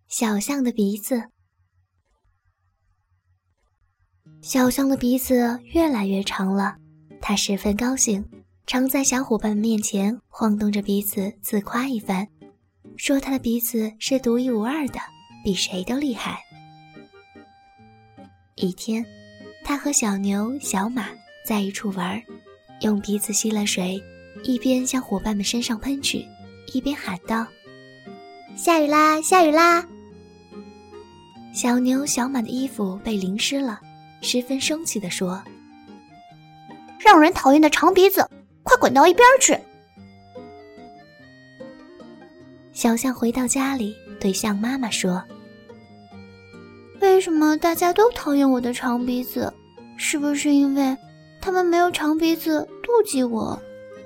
小象的鼻子。小象的鼻子越来越长了，它十分高兴，常在小伙伴们面前晃动着鼻子自夸一番，说它的鼻子是独一无二的，比谁都厉害。一天，它和小牛、小马在一处玩，用鼻子吸了水，一边向伙伴们身上喷去，一边喊道：下雨啦，下雨啦！小牛、小马的衣服被淋湿了，十分生气地说：让人讨厌的长鼻子，快滚到一边去！小象回到家里，对象妈妈说：为什么大家都讨厌我的长鼻子？是不是因为他们没有长鼻子妒忌我？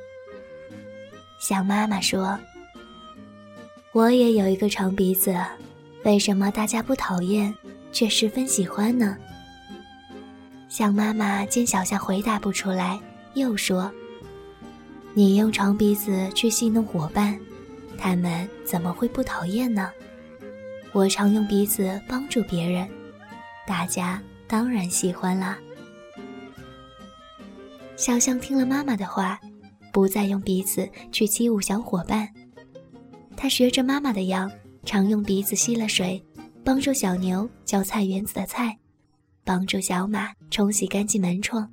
象妈妈说：我也有一个长鼻子，为什么大家不讨厌，却十分喜欢呢？象妈妈见小象回答不出来，又说：你用长鼻子去戏弄伙伴，他们怎么会不讨厌呢？我常用鼻子帮助别人，大家当然喜欢啦。小象听了妈妈的话，不再用鼻子去欺侮小伙伴，他学着妈妈的样，常用鼻子吸了水，帮助小牛浇菜园子的菜，帮助小马冲洗干净门窗。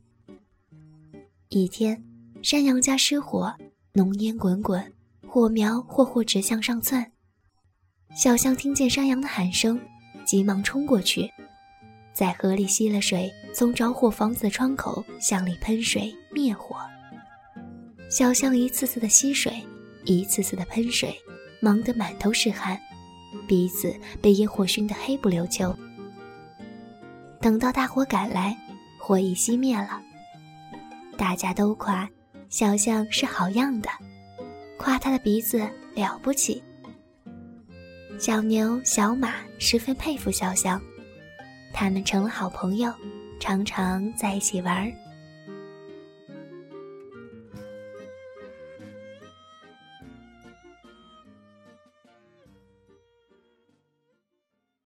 一天，山羊家失火，浓烟滚滚，火苗霍直向上窜。小象听见山羊的喊声，急忙冲过去，在河里吸了水，从着火房子的窗口向里喷水灭火。小象一次次的吸水，一次次的喷水，忙得满头是汗，鼻子被烟火熏得黑不溜秋。等到大火赶来，火已熄灭了，大家都夸小象是好样的，夸他的鼻子了不起。小牛、小马十分佩服小象，他们成了好朋友，常常在一起玩，